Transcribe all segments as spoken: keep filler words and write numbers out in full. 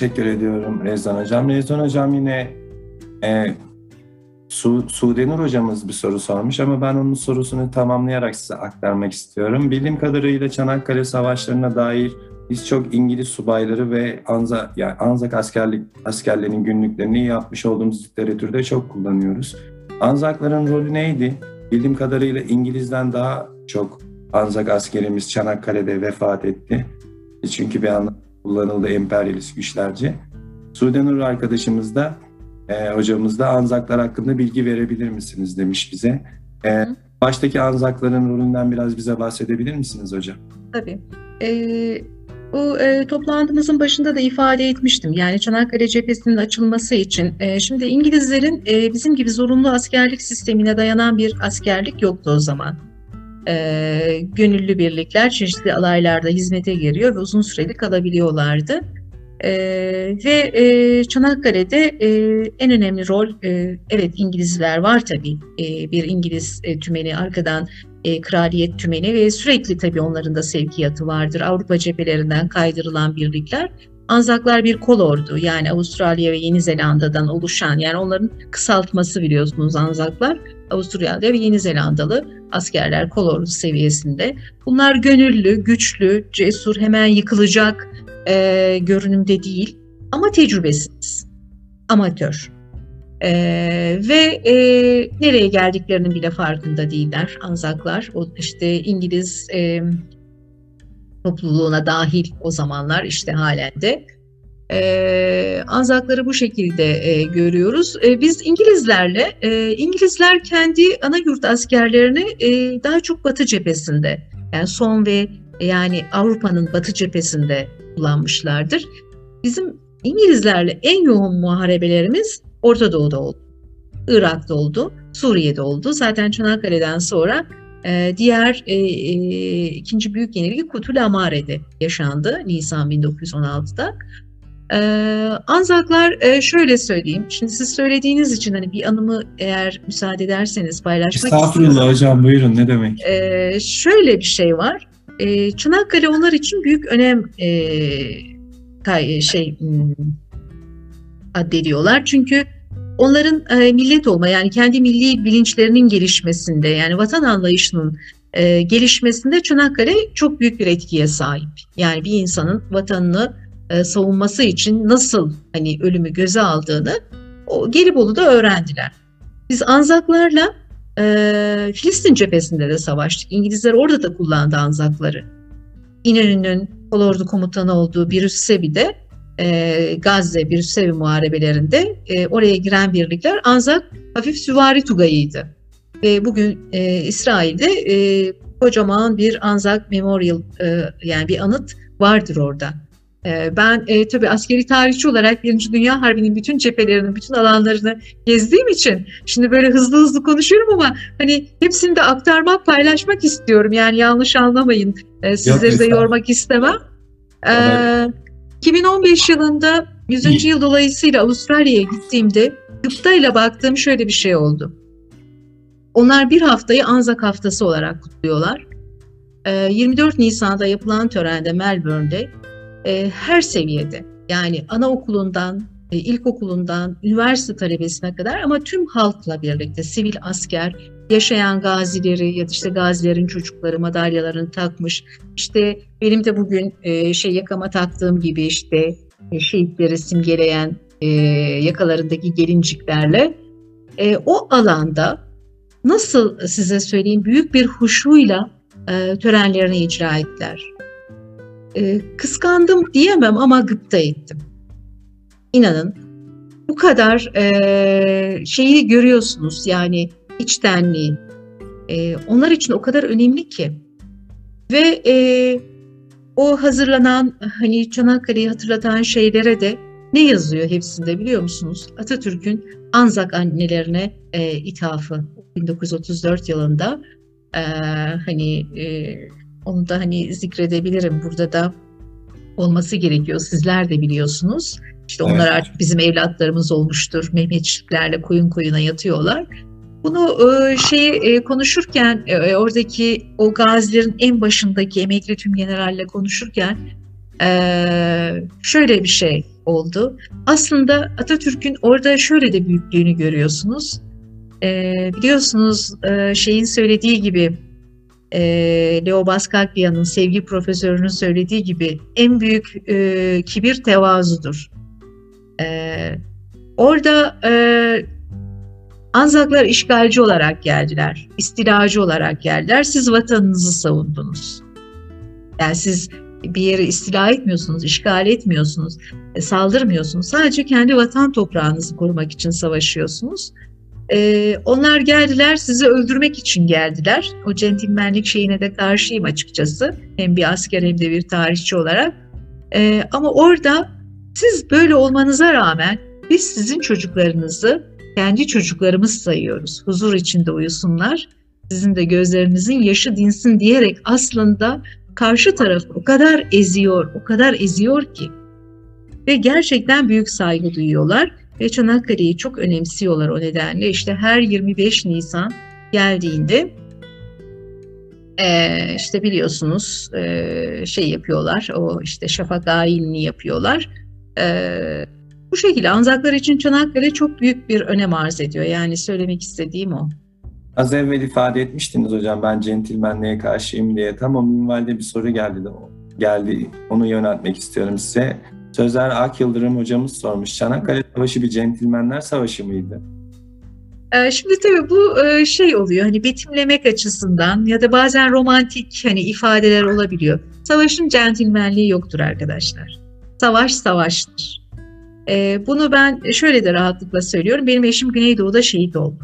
teşekkür ediyorum Rezan Hocam. Rezan Hocam yine e, Su, Sudenur hocamız bir soru sormuş ama ben onun sorusunu tamamlayarak size aktarmak istiyorum. Bildiğim kadarıyla Çanakkale Savaşları'na dair biz çok İngiliz subayları ve Anza, yani Anzak askerlik askerlerinin günlüklerini yapmış olduğumuz literatürde çok kullanıyoruz. Anzakların rolü neydi? Bildiğim kadarıyla İngiliz'den daha çok Anzak askerimiz Çanakkale'de vefat etti. Çünkü bir anda kullanıldı emperyalist güçlerce. Sudenur arkadaşımız da e, hocamız da Anzaklar hakkında bilgi verebilir misiniz demiş bize. E, baştaki Anzakların rolünden biraz bize bahsedebilir misiniz hocam? Tabii. Ee, bu e, toplantımızın başında da ifade etmiştim. Yani Çanakkale cephesinin açılması için. E, şimdi İngilizlerin e, bizim gibi zorunlu askerlik sistemine dayanan bir askerlik yoktu o zaman. E, gönüllü birlikler çeşitli alaylarda hizmete giriyor ve uzun süreli kalabiliyorlardı. E, ve e, Çanakkale'de e, en önemli rol, e, evet İngilizler var tabii. E, bir İngiliz e, tümeni arkadan e, kraliyet tümeni ve sürekli tabii onların da sevkiyatı vardır. Avrupa cephelerinden kaydırılan birlikler. Anzaklar bir kolordu, yani Avustralya ve Yeni Zelanda'dan oluşan, yani onların kısaltması biliyorsunuz Anzaklar. Avustralya ve Yeni Zelandalı askerler kolordu seviyesinde. Bunlar gönüllü, güçlü, cesur, hemen yıkılacak e, görünümde değil ama tecrübesiz, amatör. Ee, ve e, nereye geldiklerinin bile farkında değiller Anzaklar. O işte İngiliz e, topluluğuna dahil o zamanlar işte halen de. Ee, Anzakları bu şekilde e, görüyoruz. E, biz İngilizlerle, e, İngilizler kendi ana yurt askerlerini e, daha çok Batı cephesinde, yani son ve yani Avrupa'nın Batı cephesinde kullanmışlardır. Bizim İngilizlerle en yoğun muharebelerimiz Orta Doğu'da oldu, Irak'ta oldu, Suriye'de oldu. Zaten Çanakkale'den sonra e, diğer e, e, ikinci büyük yenilgi Kutul Amare'de yaşandı Nisan bin dokuz yüz on altıda. E, Anzaklar e, şöyle söyleyeyim, şimdi siz söylediğiniz için hani bir anımı eğer müsaade ederseniz paylaşmak istiyorum. Estağfurullah hocam, buyurun, ne demek? E, şöyle bir şey var, e, Çanakkale onlar için büyük önem e, şey addediyorlar. Çünkü onların e, millet olma, yani kendi milli bilinçlerinin gelişmesinde, yani vatan anlayışının e, gelişmesinde Çanakkale çok büyük bir etkiye sahip. Yani bir insanın vatanını e, savunması için nasıl hani ölümü göze aldığını o Gelibolu'da öğrendiler. Biz Anzaklarla e, Filistin cephesinde de savaştık. İngilizler orada da kullandı Anzakları. İnönü'nün kolordu komutanı olduğu Birüz Sevi'de E, Gazze, bir Sevi muharebelerinde e, oraya giren birlikler Anzak hafif süvari tugayıydı. Ve bugün e, İsrail'de e, kocaman bir Anzak Memorial, e, yani bir anıt vardır orada. E, ben e, tabii askeri tarihçi olarak Birinci Dünya Harbi'nin bütün cephelerinin, bütün alanlarını gezdiğim için şimdi böyle hızlı hızlı konuşuyorum ama hani hepsini de aktarmak, paylaşmak istiyorum. Yani yanlış anlamayın. E, sizleri de yormak istemem. Evet. iki bin on beş yılında yüzüncü yıl dolayısıyla Avustralya'ya gittiğimde gıptayla baktığım şöyle bir şey oldu. Onlar bir haftayı Anzak Haftası olarak kutluyorlar. yirmi dört Nisan'da yapılan törende Melbourne'de her seviyede, yani anaokulundan, ilkokulundan, üniversite talebesine kadar ama tüm halkla birlikte sivil asker, yaşayan gazileri ya da işte gazilerin çocukları madalyalarını takmış. İşte benim de bugün e, şey yakama taktığım gibi işte e, şehitleri simgeleyen e, yakalarındaki gelinciklerle e, o alanda nasıl, size söyleyeyim, büyük bir huşuyla e, törenlerini icra ettiler. E, kıskandım diyemem ama gıpta ettim. İnanın bu kadar e, şeyi görüyorsunuz, yani içtenliği. E, onlar için o kadar önemli ki. Ve e, o hazırlanan, hani Çanakkale'yi hatırlatan şeylere de ne yazıyor hepsinde biliyor musunuz? Atatürk'ün Anzak annelerine e, ithafı bin dokuz yüz otuz dört yılında. E, hani e, onu da hani zikredebilirim. Burada da olması gerekiyor. Sizler de biliyorsunuz. İşte onlar evet, artık bizim evlatlarımız olmuştur. Mehmetçiklerle koyun koyuna yatıyorlar. Bunu e, şeyi e, konuşurken, e, oradaki o gazilerin en başındaki emekli tümgeneralle konuşurken e, şöyle bir şey oldu. Aslında Atatürk'ün orada şöyle de büyüklüğünü görüyorsunuz. Ee, biliyorsunuz e, şeyin söylediği gibi, e, Leo Baskakya'nın, sevgi profesörünün söylediği gibi en büyük e, kibir tevazudur. Ee, orada e, Anzaklar işgalci olarak geldiler, istilacı olarak geldiler. Siz vatanınızı savundunuz. Yani siz bir yeri istila etmiyorsunuz, işgal etmiyorsunuz, e, saldırmıyorsunuz. Sadece kendi vatan toprağınızı korumak için savaşıyorsunuz. E, onlar geldiler, sizi öldürmek için geldiler. O centilmenlik şeyine de karşıyım açıkçası. Hem bir asker hem de bir tarihçi olarak. E, ama orada siz böyle olmanıza rağmen biz sizin çocuklarınızı kendi çocuklarımız sayıyoruz. Huzur içinde uyusunlar, sizin de gözlerinizin yaşı dinsin diyerek aslında karşı tarafı o kadar eziyor, o kadar eziyor ki ve gerçekten büyük saygı duyuyorlar ve Çanakkale'yi çok önemsiyorlar o nedenle. İşte her yirmi beş Nisan geldiğinde e, işte biliyorsunuz e, şey yapıyorlar, o işte şafak ayinini yapıyorlar. E, bu şekilde Anzaklar için Çanakkale çok büyük bir önem arz ediyor. Yani söylemek istediğim o. Az evvel ifade etmiştiniz hocam, ben centilmenliğe karşıyım diye. Tam o minvalde bir soru geldi de geldi. Onu yöneltmek istiyorum size. Sözer Ak Yıldırım hocamız sormuş. Çanakkale Savaşı bir centilmenler savaşı mıydı? Ee, Şimdi tabii bu e, şey oluyor, hani betimlemek açısından ya da bazen romantik hani ifadeler olabiliyor. Savaşın centilmenliği yoktur arkadaşlar. Savaş savaştır. Ee, Bunu ben şöyle de rahatlıkla söylüyorum. Benim eşim Güneydoğu'da şehit oldu.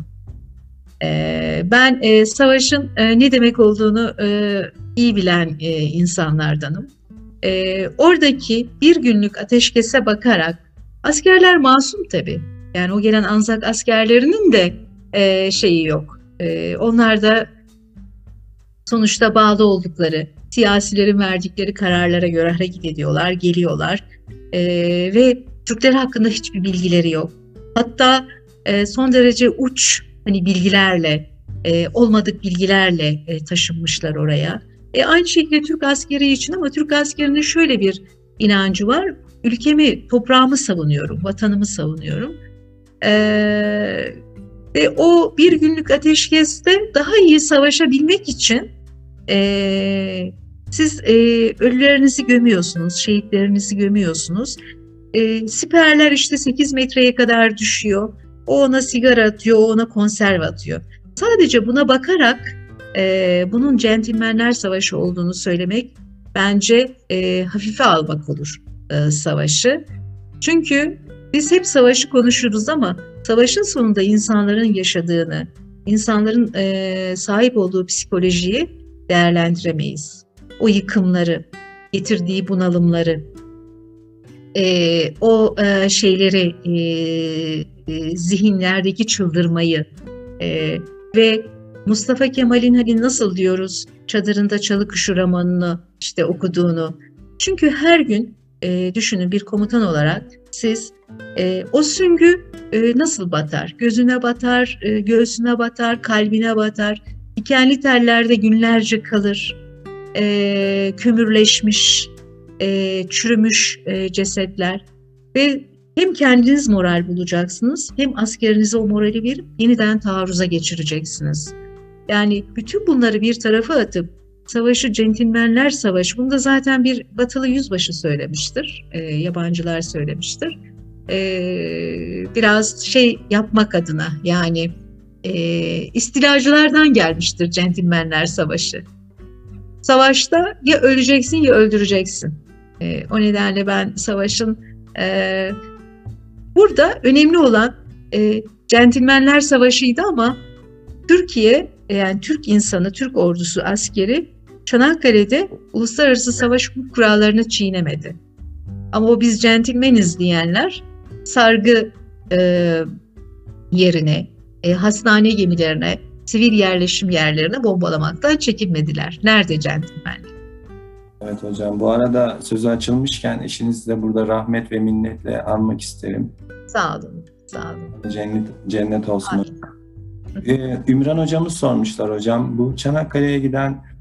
Ee, Ben e, savaşın e, ne demek olduğunu e, iyi bilen e, insanlardanım. E, Oradaki bir günlük ateşkese bakarak, askerler masum tabii. Yani o gelen Anzak askerlerinin de e, şeyi yok. E, onlar da sonuçta bağlı oldukları, siyasilerin verdikleri kararlara göre hareket ediyorlar, geliyorlar. E, ve Türkler hakkında hiçbir bilgileri yok. Hatta e, son derece uç hani bilgilerle, e, olmadık bilgilerle e, taşınmışlar oraya. E, aynı şekilde Türk askeri için, ama Türk askerinin şöyle bir inancı var. Ülkemi, toprağımı savunuyorum, vatanımı savunuyorum. E, ve o bir günlük ateşkeste daha iyi savaşabilmek için e, siz e, ölülerinizi gömüyorsunuz, şehitlerinizi gömüyorsunuz. E, siperler işte sekiz metreye kadar düşüyor. O ona sigara atıyor, o ona konserve atıyor. Sadece buna bakarak e, bunun centilmenler savaşı olduğunu söylemek bence e, hafife almak olur e, savaşı. Çünkü biz hep savaşı konuşuruz ama savaşın sonunda insanların yaşadığını, insanların e, sahip olduğu psikolojiyi değerlendiremeyiz. O yıkımları, getirdiği bunalımları, e, o e, şeyleri, e, e, zihinlerdeki çıldırmayı e, ve Mustafa Kemal'in hani nasıl diyoruz çadırında çalı kuşu romanını işte okuduğunu. Çünkü her gün e, düşünün, bir komutan olarak siz e, o süngü e, nasıl batar? Gözüne batar, e, göğsüne batar, kalbine batar. Dikenli tellerde günlerce kalır. E, kömürleşmiş, e, çürümüş e, cesetler ve hem kendiniz moral bulacaksınız hem askerinize o morali verip yeniden taarruza geçireceksiniz. Yani bütün bunları bir tarafa atıp savaşı centilmenler savaşı, bunu da zaten bir batılı yüzbaşı söylemiştir, e, yabancılar söylemiştir. E, biraz şey yapmak adına, yani e, istilacılardan gelmiştir centilmenler savaşı. Savaşta ya öleceksin ya öldüreceksin. E, o nedenle ben savaşın e, burada önemli olan e, centilmenler savaşıydı ama Türkiye, yani Türk insanı, Türk ordusu askeri Çanakkale'de uluslararası savaş hukuk kurallarını çiğnemedi. Ama o biz centilmeniz diyenler sargı e, yerine, e, hastane gemilerine, sivil yerleşim yerlerine bombalamaktan çekinmediler. Nerede centilmenlik? Evet hocam, bu arada sözü açılmışken eşinizi de burada rahmet ve minnetle anmak isterim. Sağ olun, sağ olun. Cennet, cennet olsun. Amin. Ee, Ümran hocamız sormuşlar hocam, bu Çanakkale'ye giden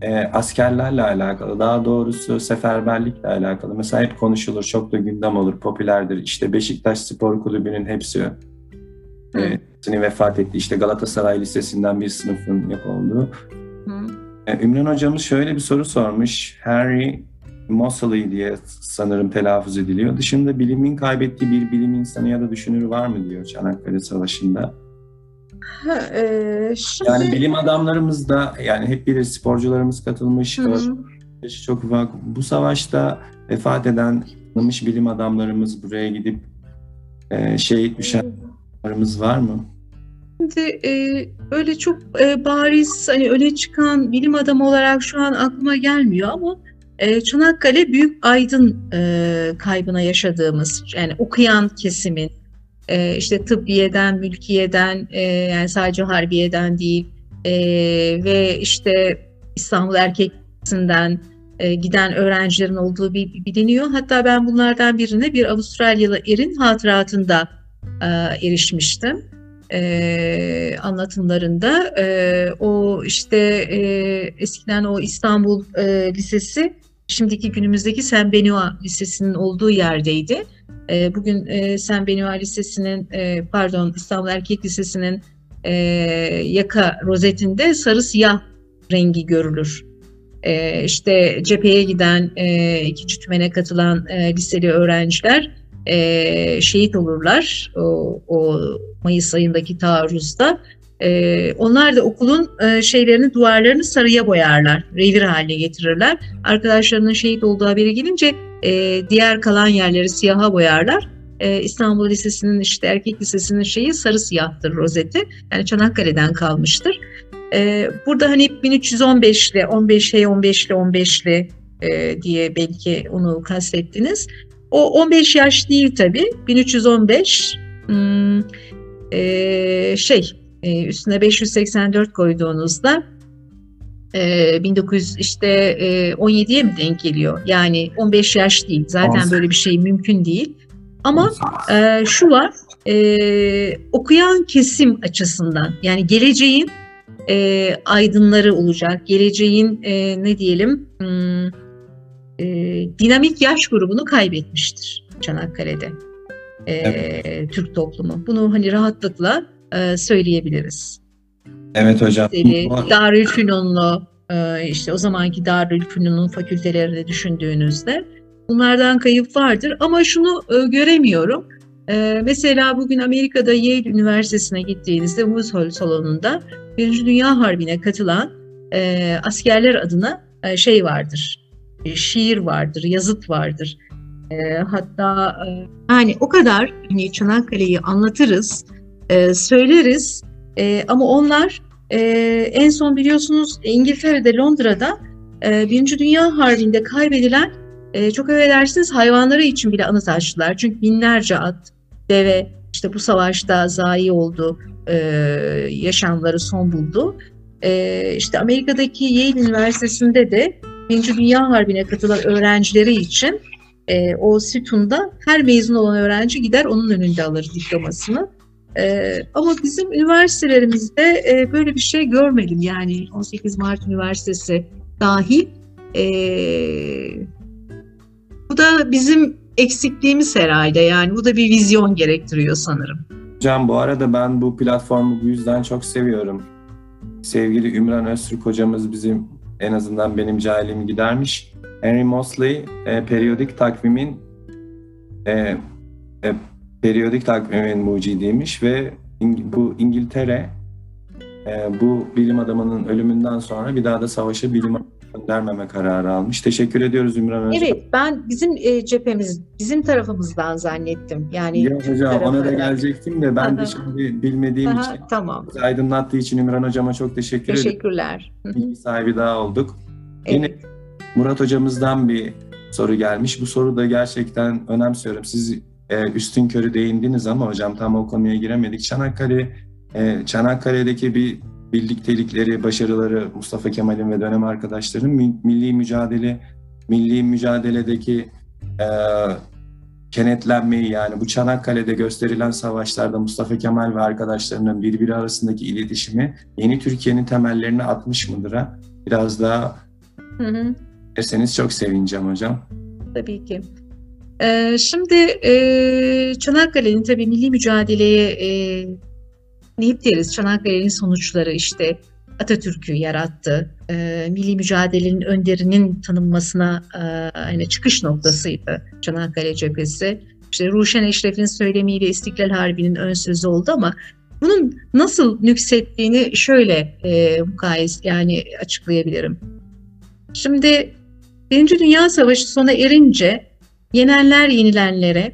e, askerlerle alakalı, daha doğrusu seferberlikle alakalı. Mesela hep konuşulur, çok da gündem olur, popülerdir. İşte Beşiktaş Spor Kulübü'nün hepsi Hı. e, vefat etti. İşte Galatasaray Lisesi'nden bir sınıfın yok olduğu. Hı. E, Ümran hocamız şöyle bir soru sormuş. Henry Moseley diye sanırım telaffuz ediliyor. Dışında bilimin kaybettiği bir bilim insanı ya da düşünürü var mı diyor Çanakkale Savaşı'nda. Ha, e, şimdi... Yani bilim adamlarımız da, yani hep bilir, sporcularımız katılmış. Hı hı. Çok ufak. Bu savaşta vefat eden tanınmış bilim adamlarımız, buraya gidip e, şehit düşenlerimiz var mı? Şimdi e, öyle çok e, bariz, hani öne çıkan bilim adamı olarak şu an aklıma gelmiyor ama e, Çanakkale büyük aydın e, kaybına yaşadığımız, yani okuyan kesimin, e, işte tıbbiyeden, mülkiyeden, e, yani sadece harbiyeden değil, e, ve işte İstanbul Erkek Lisesi'nden e, giden öğrencilerin olduğu bir biliniyor. Hatta ben bunlardan birine bir Avustralyalı erin hatıratında e, erişmiştim. E, anlatımlarında e, o işte e, eskiden o İstanbul e, Lisesi, şimdiki günümüzdeki Saint Benoît Lisesi'nin olduğu yerdeydi. E, bugün e, Saint Benoît Lisesi'nin e, pardon İstanbul Erkek Lisesi'nin e, yaka rozetinde sarı siyah rengi görülür. E, işte cepheye giden, e, ikinci tümene katılan e, liseli öğrenciler e, şehit olurlar o, o Mayıs ayındaki taarruzda. E, onlar da okulun e, şeylerini, duvarlarını sarıya boyarlar, revir haline getirirler. Arkadaşlarının şehit olduğu haberi gelince e, diğer kalan yerleri siyaha boyarlar. E, İstanbul Lisesi'nin, işte Erkek Lisesi'nin şeyi sarı siyahtır, rozeti. Yani Çanakkale'den kalmıştır. E, burada hani bin üç yüz on beşli, on beşli, on beşli, on beşli e, diye belki onu kastettiniz. O on beş yaş değil tabii. bin üç yüz on beş hmm, e, şey e, üstüne beş yüz seksen dört koyduğunuzda e, bin dokuz yüz işte e, on yediye mi denk geliyor? Yani on beş yaş değil. Zaten böyle bir şey mümkün değil. Ama e, şu var, e, okuyan kesim açısından, yani geleceğin e, aydınları olacak, geleceğin e, ne diyelim hmm, e, dinamik yaş grubunu kaybetmiştir Çanakkale'de e, evet. Türk toplumu. Bunu hani rahatlıkla e, söyleyebiliriz. Evet hocam. Darülfünunlu, e, işte o zamanki Darülfünun'un fakültelerini düşündüğünüzde bunlardan kayıp vardır ama şunu e, göremiyorum. E, mesela bugün Amerika'da Yale Üniversitesi'ne gittiğinizde Woodhull salonunda Birinci Dünya Harbi'ne katılan e, askerler adına e, şey vardır, e, şiir vardır, yazıt vardır. E, hatta e, yani o kadar hani Çanakkale'yi anlatırız, e, söyleriz e, ama onlar e, en son biliyorsunuz İngiltere'de, Londra'da e, Birinci Dünya Harbi'nde kaybedilen, e, çok affedersiniz, hayvanları için bile anıt açtılar. Çünkü binlerce at, deve işte bu savaşta zayi oldu, e, yaşamları son buldu. E, işte Amerika'daki Yale Üniversitesi'nde de Birinci Dünya Harbi'ne katılan öğrencileri için e, o sütunda her mezun olan öğrenci gider onun önünde alır diplomasını. E, ama bizim üniversitelerimizde e, böyle bir şey görmedim. Yani on sekiz Mart Üniversitesi dahil. E, bu da bizim eksikliğimiz herhalde. Yani bu da bir vizyon gerektiriyor sanırım. Hocam bu arada ben bu platformu bu yüzden çok seviyorum. Sevgili Ümran Öztürk hocamız bizim, en azından benim cahilimi gidermiş. Henry Moseley e, periyodik takvimin e, e, periyodik takvimin mucidiymiş ve İng- bu İngiltere e, bu bilim adamının ölümünden sonra bir daha da savaşı bilim adamı göndermeme kararı almış. Teşekkür ediyoruz Ümran Hocam. Evet, ben bizim e, cephemiz, bizim tarafımızdan zannettim. Yani Yok hocam, ona da gelecektim de ben de şimdi bilmediğim Aha, için, tamam. aydınlattığı için Ümran Hocama çok teşekkür ederim. Teşekkürler. Bilgi sahibi daha olduk. Evet. Yine Murat hocamızdan bir soru gelmiş. Bu soru da gerçekten önemsiyorum. Siz e, üstünkörü değindiniz ama hocam tam o konuya giremedik. Çanakkale, e, Çanakkale'deki bir birliktelikleri, başarıları, Mustafa Kemal'in ve dönem arkadaşlarının milli mücadele, milli mücadeledeki e, kenetlenmeyi, yani bu Çanakkale'de gösterilen savaşlarda Mustafa Kemal ve arkadaşlarının birbiri arasındaki iletişimi yeni Türkiye'nin temellerini atmış mıdır? Biraz daha Hı hı. Derseniz çok sevineceğim hocam. Tabii ki. Ee, şimdi e, Çanakkale'nin tabii milli mücadeleye e, ne hep deriz, Çanakkale'nin sonuçları işte Atatürk'ü yarattı. E, milli mücadelenin önderinin tanınmasına e, hani çıkış noktasıydı Çanakkale cephesi. İşte Ruşen Eşref'in söylemiyle İstiklal Harbi'nin ön sözü oldu ama bunun nasıl nüksettiğini şöyle e, mukayes yani açıklayabilirim. Şimdi Birinci Dünya Savaşı sona erince yenenler yenilenlere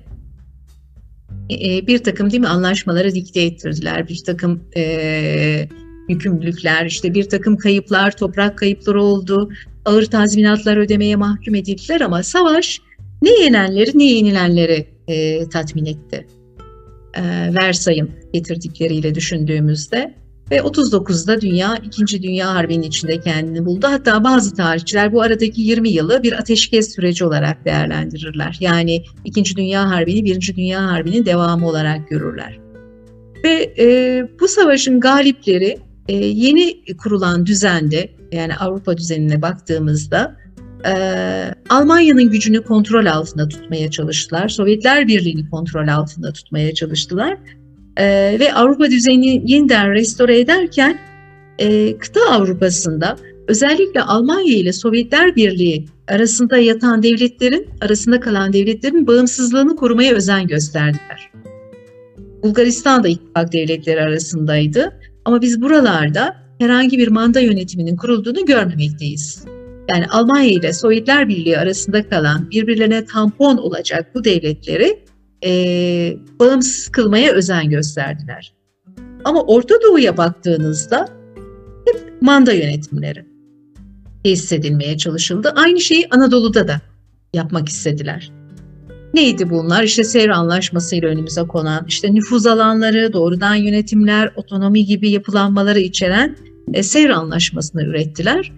e, bir takım değil mi anlaşmaları dikte ettirdiler. Bir takım e, yükümlülükler, işte bir takım kayıplar, toprak kayıpları oldu. Ağır tazminatlar ödemeye mahkum edildiler ama savaş ne yenenleri ne yenilenleri e, tatmin etti. E, Versay'ın getirdikleriyle düşündüğümüzde. Ve otuz dokuzda dünya İkinci Dünya Harbi'nin içinde kendini buldu. Hatta bazı tarihçiler bu aradaki yirmi yılı bir ateşkes süreci olarak değerlendirirler. Yani İkinci Dünya Harbi'ni Birinci Dünya Harbi'nin devamı olarak görürler. Ve e, bu savaşın galipleri e, yeni kurulan düzende, yani Avrupa düzenine baktığımızda e, Almanya'nın gücünü kontrol altında tutmaya çalıştılar. Sovyetler Birliği'ni kontrol altında tutmaya çalıştılar. Ee, ve Avrupa düzenini yeniden restore ederken e, kıta Avrupa'sında özellikle Almanya ile Sovyetler Birliği arasında yatan devletlerin, arasında kalan devletlerin bağımsızlığını korumaya özen gösterdiler. Bulgaristan da ittifak devletleri arasındaydı ama biz buralarda herhangi bir manda yönetiminin kurulduğunu görmemekteyiz. Yani Almanya ile Sovyetler Birliği arasında kalan birbirlerine tampon olacak bu devletleri E, bağımsız kılmaya özen gösterdiler. Ama Orta Doğu'ya baktığınızda hep manda yönetimleri tesis edilmeye çalışıldı. Aynı şeyi Anadolu'da da yapmak istediler. Neydi bunlar? İşte Sevr Anlaşması ile önümüze konan, işte nüfuz alanları, doğrudan yönetimler, otonomi gibi yapılanmaları içeren e, Sevr Anlaşması'nı ürettiler.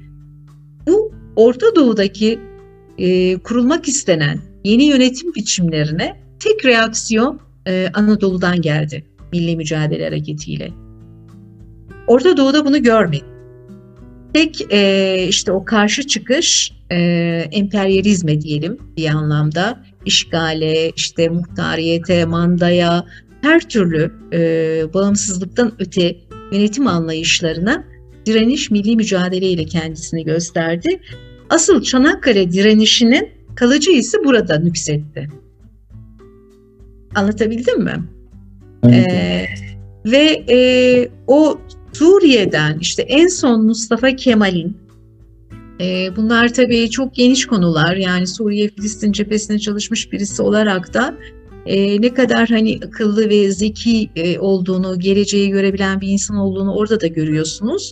Bu Orta Doğu'daki e, kurulmak istenen yeni yönetim biçimlerine tek reaksiyon e, Anadolu'dan geldi milli mücadele hareketiyle. Orta Doğu'da bunu görmedi. Tek e, işte o karşı çıkış e, emperyalizme diyelim bir anlamda, işgale, işte muhtariyete, mandaya, her türlü e, bağımsızlıktan öte yönetim anlayışlarına direniş milli mücadeleyle kendisini gösterdi. Asıl Çanakkale direnişinin kalıcı isi burada nüksetti. Anlatabildim mi? Evet. Ee, ve e, o Suriye'den işte en son Mustafa Kemal'in e, bunlar tabii çok geniş konular, yani Suriye-Filistin cephesine çalışmış birisi olarak da e, ne kadar hani akıllı ve zeki e, olduğunu, geleceği görebilen bir insan olduğunu orada da görüyorsunuz.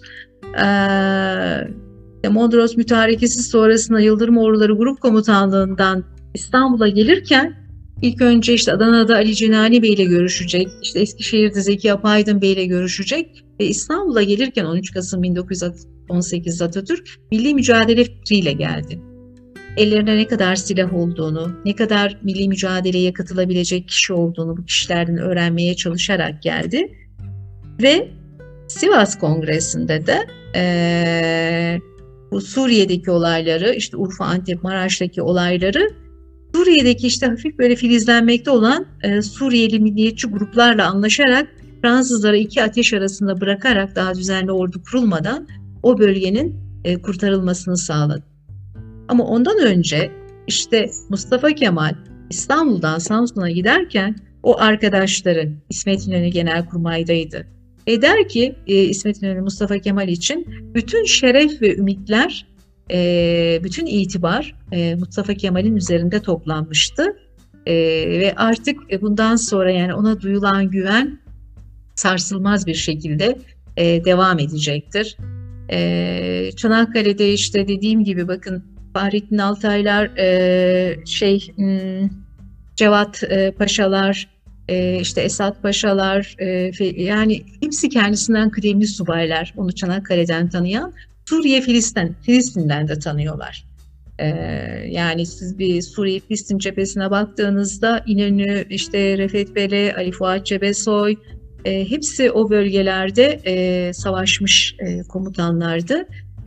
E, Mondros Mütarekesi sonrasında Yıldırım Orduları Grup Komutanlığı'ndan İstanbul'a gelirken İlk önce işte Adana'da Ali Cenani Bey ile görüşecek, işte Eskişehir'de Zeki Apaydın Bey ile görüşecek ve İstanbul'a gelirken on üç Kasım bin dokuz yüz on sekiz Atatürk milli mücadele fikriyle geldi. Ellerine ne kadar silah olduğunu, ne kadar milli mücadeleye katılabilecek kişi olduğunu bu kişilerden öğrenmeye çalışarak geldi. Ve Sivas Kongresi'nde de ee, bu Suriye'deki olayları, işte Urfa, Antep, Maraş'taki olayları Suriye'deki işte hafif böyle filizlenmekte olan e, Suriyeli milliyetçi gruplarla anlaşarak Fransızlara iki ateş arasında bırakarak daha düzenli ordu kurulmadan o bölgenin e, kurtarılmasını sağladı. Ama ondan önce işte Mustafa Kemal İstanbul'dan Samsun'a giderken o arkadaşları, İsmet İnönü Genelkurmay'daydı. E der ki e, İsmet İnönü Mustafa Kemal için bütün şeref ve ümitler, E, bütün itibar e, Mustafa Kemal'in üzerinde toplanmıştı e, ve artık bundan sonra yani ona duyulan güven sarsılmaz bir şekilde e, devam edecektir. E, Çanakkale'de işte dediğim gibi bakın Fahrettin Altaylar, e, şey hmm, Cevat e, Paşalar, e, işte Esat Paşalar, e, yani hepsi kendisinden kıdemli subaylar, onu Çanakkale'den tanıyan. Suriye, Filistin, Filistin'den de tanıyorlar. Ee, yani siz bir Suriye-Filistin cephesine baktığınızda İnönü, işte Refet Bele, Ali Fuat Cebesoy, e, hepsi o bölgelerde e, savaşmış e, komutanlardı.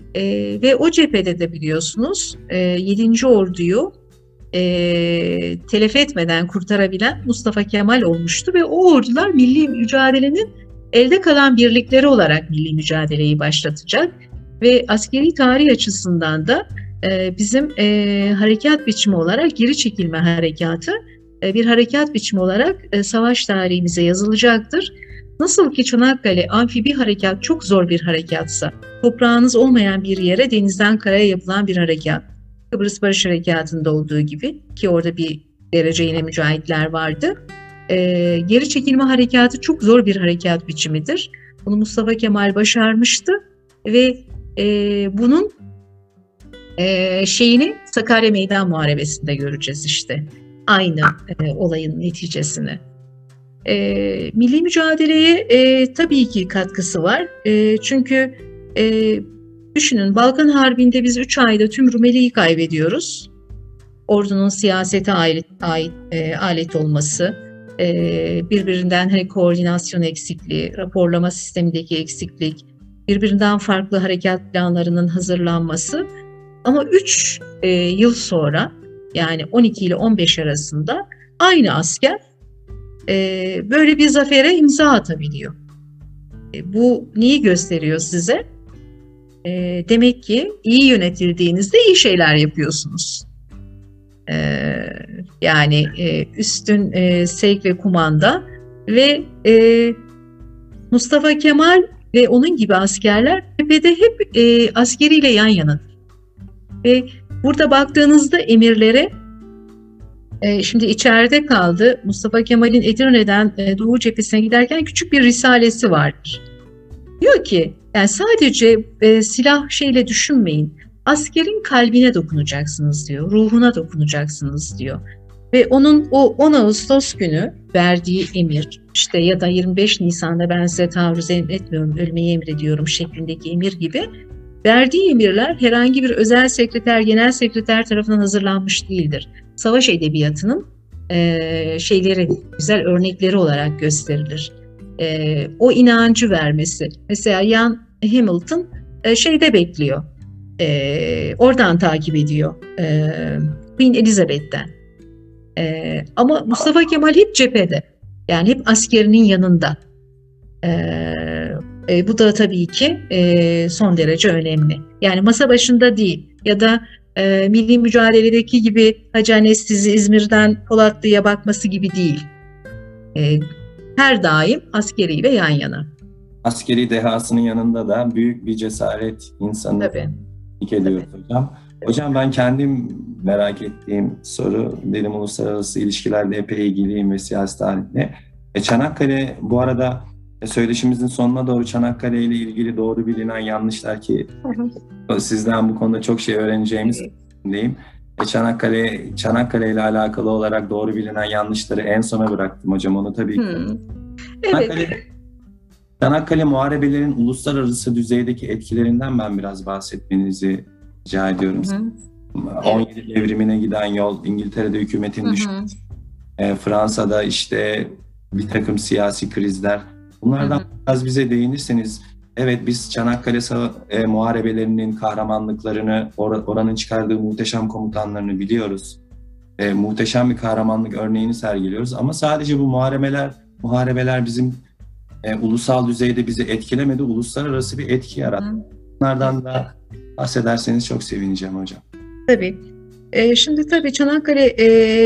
E, ve o cephede de biliyorsunuz e, yedinci Ordu'yu e, telef etmeden kurtarabilen Mustafa Kemal olmuştu ve o ordular milli mücadelenin elde kalan birlikleri olarak milli mücadeleyi başlatacak ve askeri tarih açısından da e, bizim e, harekat biçimi olarak geri çekilme harekatı e, bir harekat biçimi olarak e, savaş tarihimize yazılacaktır. Nasıl ki Çanakkale amfibi harekat çok zor bir harekatsa, toprağınız olmayan bir yere denizden karaya yapılan bir harekat, Kıbrıs Barış Harekatı'nda olduğu gibi ki orada bir derece yine mücahitler vardı. Ee, geri çekilme harekatı çok zor bir harekat biçimidir. Bunu Mustafa Kemal başarmıştı ve e, bunun e, şeyini Sakarya Meydan Muharebesi'nde göreceğiz işte. Aynı e, olayın neticesini. E, milli mücadeleye e, tabii ki katkısı var. E, çünkü e, düşünün, Balkan Harbi'nde biz üç ayda tüm Rumeli'yi kaybediyoruz. Ordunun siyasete ait, ait e, alet olması, e, birbirinden hani koordinasyon eksikliği, raporlama sistemindeki eksiklik, birbirinden farklı harekat planlarının hazırlanması. Ama üç e, yıl sonra, yani on iki ile on beş arasında aynı asker e, böyle bir zafere imza atabiliyor. E, bu neyi gösteriyor size? E, demek ki iyi yönetildiğinizde iyi şeyler yapıyorsunuz. E, yani e, üstün e, sevk ve kumanda ve e, Mustafa Kemal ve onun gibi askerler cephede hep e, askeriyle yan yana. Ve burada baktığınızda emirlere, e, şimdi içeride kaldı, Mustafa Kemal'in Edirne'den e, Doğu cephesine giderken küçük bir risalesi vardır. Diyor ki, yani sadece e, silah şeyle düşünmeyin, askerin kalbine dokunacaksınız diyor, ruhuna dokunacaksınız diyor. Ve onun o on Ağustos günü verdiği emir, işte ya da yirmi beş Nisan'da ben size taarruz etmiyorum, ölmeyi emrediyorum şeklindeki emir gibi verdiği emirler herhangi bir özel sekreter, genel sekreter tarafından hazırlanmış değildir. Savaş edebiyatının e, şeyleri, güzel örnekleri olarak gösterilir. E, o inancı vermesi. Mesela Ian Hamilton e, şeyde bekliyor. E, oradan takip ediyor. E, Queen Elizabeth'ten. E, ama Mustafa Kemal hep cephede. Yani hep askerinin yanında. E, e, bu da tabii ki e, son derece önemli. Yani masa başında değil ya da e, milli mücadeledeki gibi Hacı Enes sizi İzmir'den Polatlı'ya bakması gibi değil. E, her daim askeriyle yan yana. Askeri dehasının yanında da büyük bir cesaret insanı tebrik ediyoruz hocam. Hocam ben kendim merak ettiğim soru, benim uluslararası ilişkilerde epey ilgiliyim ve siyasi tarihle. E, Çanakkale bu arada e, söyleşimizin sonuna doğru Çanakkale ile ilgili doğru bilinen yanlışlar ki hı hı. Sizden bu konuda çok şey öğreneceğimiz diyeyim. E, Çanakkale, Çanakkale ile alakalı olarak doğru bilinen yanlışları en sona bıraktım hocam, onu tabii ki. Hmm. Evet. Çanakkale, Çanakkale muharebelerin uluslararası düzeydeki etkilerinden ben biraz bahsetmenizi rica ediyorum. Hı hı. on yedi devrimine giden yol, İngiltere'de hükümetin düşmesi, e, Fransa'da işte bir takım siyasi krizler. Bunlardan hı hı. biraz bize değinirseniz, evet biz Çanakkale e, muharebelerinin kahramanlıklarını, or oranın çıkardığı muhteşem komutanlarını biliyoruz. E, muhteşem bir kahramanlık örneğini sergiliyoruz ama sadece bu muharebeler, muharebeler bizim e, ulusal düzeyde bizi etkilemedi, uluslararası bir etki yarattı. Bunlardan da bahsederseniz çok sevineceğim hocam. Tabii. E, şimdi tabii Çanakkale e,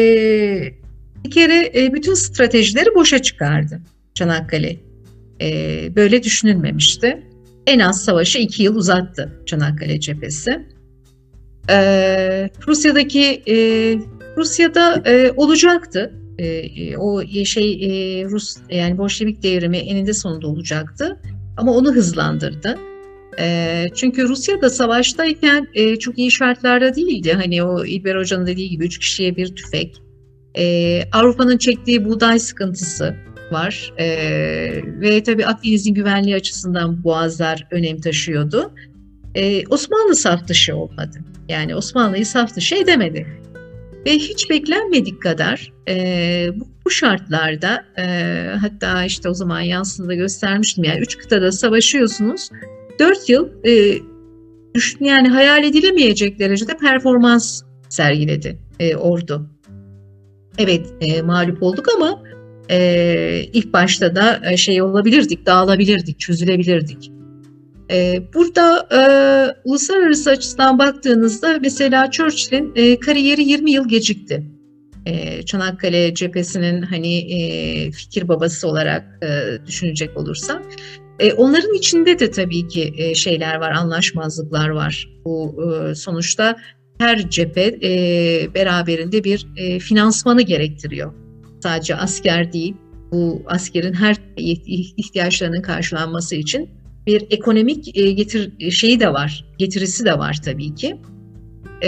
bir kere e, bütün stratejileri boşa çıkardı. Çanakkale e, böyle düşünülmemişti. En az savaşı iki yıl uzattı Çanakkale cephesi. E, Rusya'daki e, Rusya'da e, olacaktı. E, o şey e, Rus yani Bolşevik devrimi eninde sonunda olacaktı. Ama onu hızlandırdı. E, çünkü Rusya da savaştayken e, çok iyi şartlarda değildi. Hani o İlber Hoca'nın dediği gibi üç kişiye bir tüfek. E, Avrupa'nın çektiği buğday sıkıntısı var. E, ve tabii Akdeniz'in güvenliği açısından boğazlar önem taşıyordu. E, Osmanlı saf dışı olmadı. Yani Osmanlı'yı saf dışı edemedi. Ve hiç beklenmedik kadar e, bu, bu şartlarda e, hatta işte o zaman yansında göstermiştim. Yani üç kıtada savaşıyorsunuz. Dört yıl e, düşün, yani hayal edilemeyecek derecede performans sergiledi e, ordu. Evet, e, mağlup olduk ama e, ilk başta da e, şey olabilirdik, dağılabilirdik, çözülebilirdik. E, burada e, uluslararası açıdan baktığınızda mesela Churchill'in e, kariyeri yirmi yıl gecikti. E, Çanakkale cephesinin hani e, fikir babası olarak e, düşünecek olursak. E, onların içinde de tabii ki e, şeyler var, anlaşmazlıklar var. Bu e, sonuçta her cephe e, beraberinde bir e, finansmanı gerektiriyor. Sadece asker değil, bu askerin her ihtiyaçlarının karşılanması için bir ekonomik e, getir şeyi de var, getirisi de var tabii ki. E,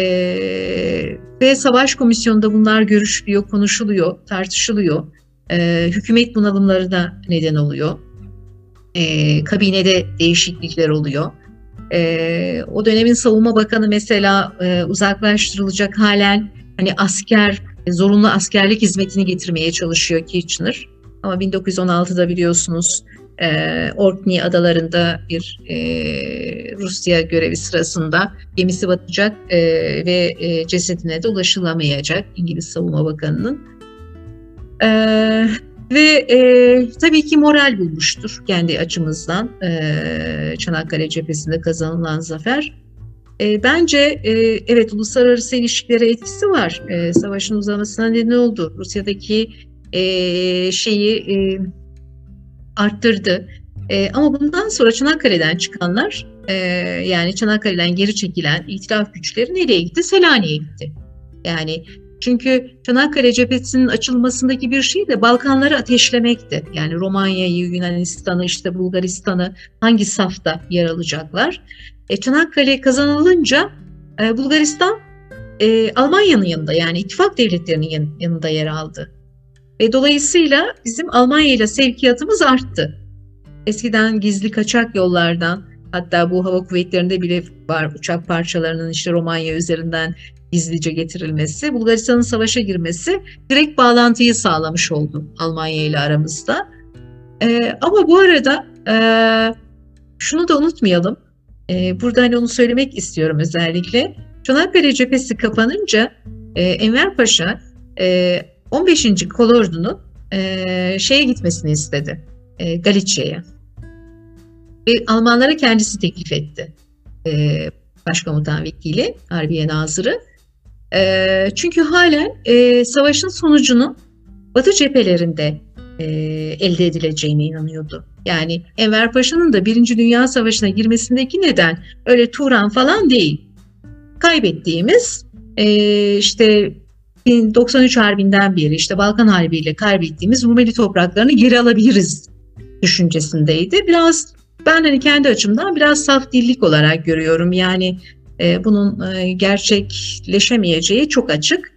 ve savaş komisyonunda bunlar görüşülüyor, konuşuluyor, tartışılıyor. E, hükümet bunalımları da neden oluyor. E, kabinede değişiklikler oluyor. E, o dönemin savunma bakanı mesela e, uzaklaştırılacak halen hani asker, zorunlu askerlik hizmetini getirmeye çalışıyor Kitchener. Ama bin dokuz yüz on altıda biliyorsunuz e, Orkney adalarında bir e, Rusya görevi sırasında gemisi batacak e, ve e, cesedine de ulaşılamayacak İngiliz Savunma Bakanı'nın. E, ve e, tabii ki moral bulmuştur kendi açımızdan e, Çanakkale cephesinde kazanılan zafer. E, bence e, evet uluslararası ilişkilere etkisi var. E, savaşın uzamasına neden oldu. Rusya'daki e, şeyi e, arttırdı. E, ama bundan sonra Çanakkale'den çıkanlar, e, yani Çanakkale'den geri çekilen itilaf güçleri nereye gitti? Selanik'e gitti. Yani çünkü Çanakkale cephesinin açılmasındaki bir şey de Balkanları ateşlemekti. Yani Romanya'yı, Yunanistan'ı, işte Bulgaristan'ı hangi safta yer alacaklar? E, Çanakkale kazanılınca e, Bulgaristan e, Almanya'nın yanında, yani ittifak devletlerinin yanında yer aldı. Ve dolayısıyla bizim Almanya ile sevkiyatımız arttı. Eskiden gizli kaçak yollardan, hatta bu hava kuvvetlerinde bile var, uçak parçalarının işte Romanya üzerinden gizlice getirilmesi, Bulgaristan'ın savaşa girmesi direkt bağlantıyı sağlamış oldu Almanya ile aramızda. Ee, ama bu arada e, şunu da unutmayalım. E, burada hani onu söylemek istiyorum özellikle. Çanakkale cephesi kapanınca e, Enver Paşa e, on beşinci Kolordu'nun e, şeye gitmesini istedi. E, Galicia'ya. Ve Almanlara kendisi teklif etti. E, Başkomutan Vekili, Harbiye Nazırı. E, çünkü halen e, savaşın sonucunun Batı cephelerinde e, elde edileceğine inanıyordu. Yani Enver Paşa'nın da Birinci Dünya Savaşı'na girmesindeki neden öyle Turan falan değil. Kaybettiğimiz e, işte doksan üç Harbi'nden beri işte Balkan Harbi ile kaybettiğimiz Rumeli topraklarını geri alabiliriz düşüncesindeydi. Biraz ben hani kendi açımdan biraz saf dillik olarak görüyorum. Yani e, bunun e, gerçekleşemeyeceği çok açık.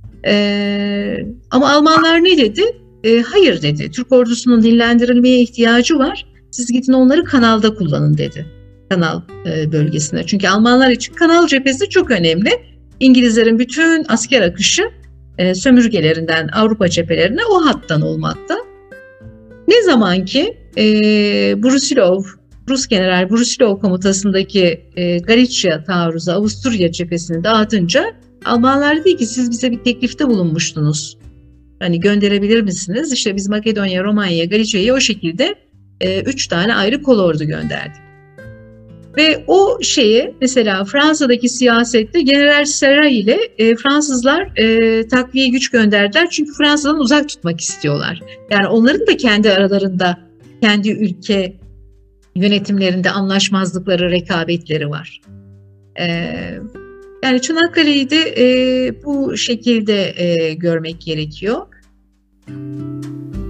E, ama Almanlar ne dedi? E, hayır dedi. Türk ordusunun dinlendirilmeye ihtiyacı var. Siz gidin onları kanalda kullanın dedi. Kanal e, bölgesinde. Çünkü Almanlar için kanal cephesi çok önemli. İngilizlerin bütün asker akışı e, sömürgelerinden Avrupa cephelerine o hattan olmakta. Ne zaman ki e, Brusilov, Rus General Brusilov komutasındaki e, Galicia taarruzu Avusturya cephesini dağıtınca Almanlar dedi ki siz bize bir teklifte bulunmuştunuz. Hani gönderebilir misiniz? İşte biz Makedonya, Romanya, Galicia'yı o şekilde e, üç tane ayrı kolordu gönderdik. Ve o şeyi mesela Fransa'daki siyasette General Serra ile e, Fransızlar e, takviye güç gönderdiler. Çünkü Fransa'dan uzak tutmak istiyorlar. Yani onların da kendi aralarında, kendi ülke yönetimlerinde anlaşmazlıkları, rekabetleri var. E, yani Çanakkale'yi de e, bu şekilde e, görmek gerekiyor.